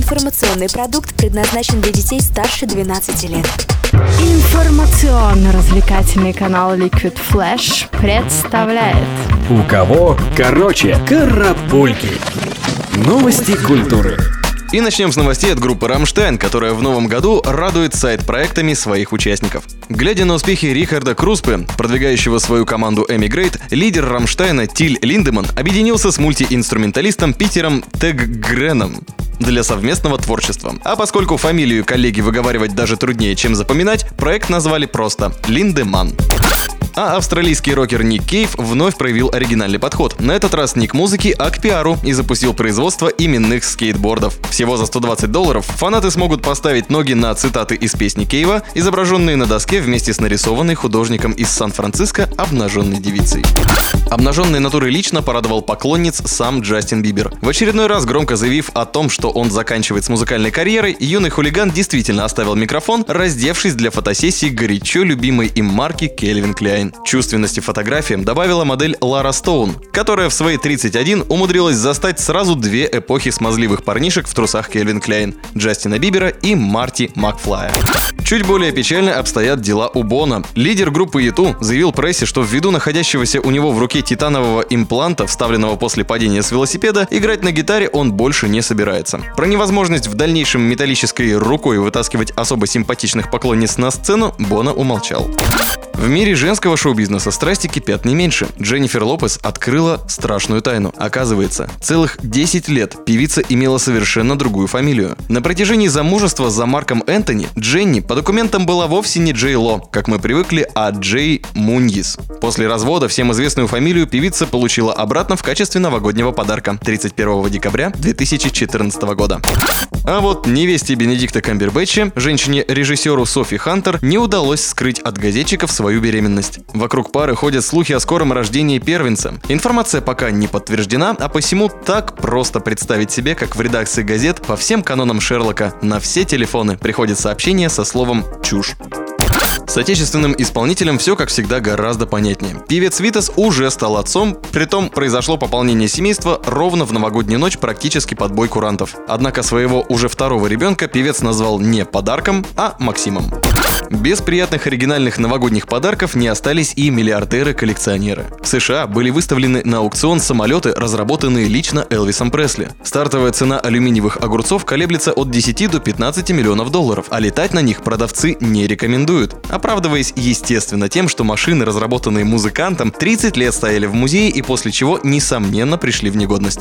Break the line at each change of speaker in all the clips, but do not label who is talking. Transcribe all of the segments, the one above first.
информационный продукт предназначен для детей старше 12 лет.
Информационно-развлекательный канал Liquid Flash представляет
«У кого короче?» Карапульки. Новости культуры.
И начнем с новостей от группы «Рамштайн», которая в новом году радует сайт-проектами своих участников. Глядя на успехи Рихарда Круспе, продвигающего свою команду Эмигрейт, лидер «Рамштайна» Тиль Линдеман объединился с мультиинструменталистом Питером Теггреном для совместного творчества. А поскольку фамилию коллеги выговаривать даже труднее, чем запоминать, проект назвали просто «Линдеман». А австралийский рокер Ник Кейв вновь проявил оригинальный подход. На этот раз не к музыке, а к пиару, и запустил производство именных скейтбордов. Всего за $120 фанаты смогут поставить ноги на цитаты из песни Кейва, изображенные на доске вместе с нарисованной художником из Сан-Франциско обнаженной девицей. Обнаженной натурой лично порадовал поклонниц сам Джастин Бибер. В очередной раз громко заявив о том, что он заканчивает с музыкальной карьерой, юный хулиган действительно оставил микрофон, раздевшись для фотосессии горячо любимой им марки Calvin Klein. Чувственности фотографиям добавила модель Лара Стоун, которая в свои 31 умудрилась застать сразу две эпохи смазливых парнишек в трусах Calvin Klein – Джастина Бибера и Марти Макфлая. Чуть более печально обстоят дела у Бона. Лидер группы U2 заявил прессе, что ввиду находящегося у него в руке титанового импланта, вставленного после падения с велосипеда, играть на гитаре он больше не собирается. Про невозможность в дальнейшем металлической рукой вытаскивать особо симпатичных поклонниц на сцену Боно умолчал. В мире женского шоу-бизнеса страсти кипят не меньше. Дженнифер Лопес открыла страшную тайну. Оказывается, целых 10 лет певица имела совершенно другую фамилию. На протяжении замужества за Марком Энтони Дженни по документам была вовсе не Джей Ло, как мы привыкли, а Джей Муньис. После развода всем известную фамилию певица получила обратно в качестве новогоднего подарка 31 декабря 2014 года. А вот невесте Бенедикта Камбербэтча, женщине-режиссеру Софи Хантер, не удалось скрыть от газетчиков свою беременность. Вокруг пары ходят слухи о скором рождении первенца. Информация пока не подтверждена, а посему так просто представить себе, как в редакции газет по всем канонам Шерлока на все телефоны приходит сообщение со словом «чушь». С отечественным исполнителем все, как всегда, гораздо понятнее. Певец Витас уже стал отцом, притом произошло пополнение семейства ровно в новогоднюю ночь практически под бой курантов. Однако своего уже второго ребенка певец назвал не подарком, а Максимом. Без приятных оригинальных новогодних подарков не остались и миллиардеры-коллекционеры. В США были выставлены на аукцион самолеты, разработанные лично Элвисом Пресли. Стартовая цена алюминиевых огурцов колеблется от 10 до 15 миллионов долларов, а летать на них продавцы не рекомендуют, оправдываясь, естественно, тем, что машины, разработанные музыкантом, 30 лет стояли в музее и после чего, несомненно, пришли в негодность.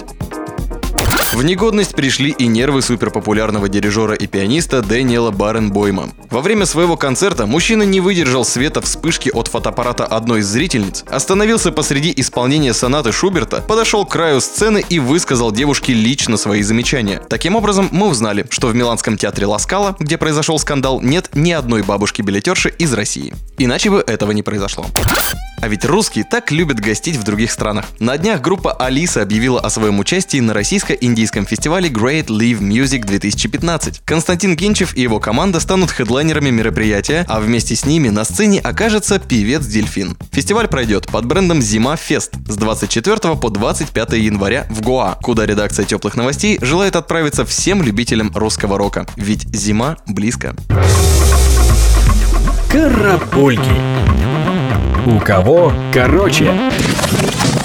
В негодность пришли и нервы суперпопулярного дирижера и пианиста Дэниела Баренбойма. Во время своего концерта мужчина не выдержал света вспышки от фотоаппарата одной из зрительниц, остановился посреди исполнения сонаты Шуберта, подошел к краю сцены и высказал девушке лично свои замечания. Таким образом, мы узнали, что в Миланском театре Ла Скала, где произошел скандал, нет ни одной бабушки-билетерши из России. Иначе бы этого не произошло. А ведь русские так любят гостить в других странах. На днях группа Алиса объявила о своем участии на российско-индийском фестивале Great Live Music 2015. Константин Кинчев и его команда станут хедлайнерами мероприятия, а вместе с ними на сцене окажется певец Дельфин. Фестиваль пройдет под брендом Зима Фест с 24 по 25 января в Гоа, куда редакция Теплых новостей желает отправиться всем любителям русского рока. Ведь зима близко.
Карапульки. У кого короче?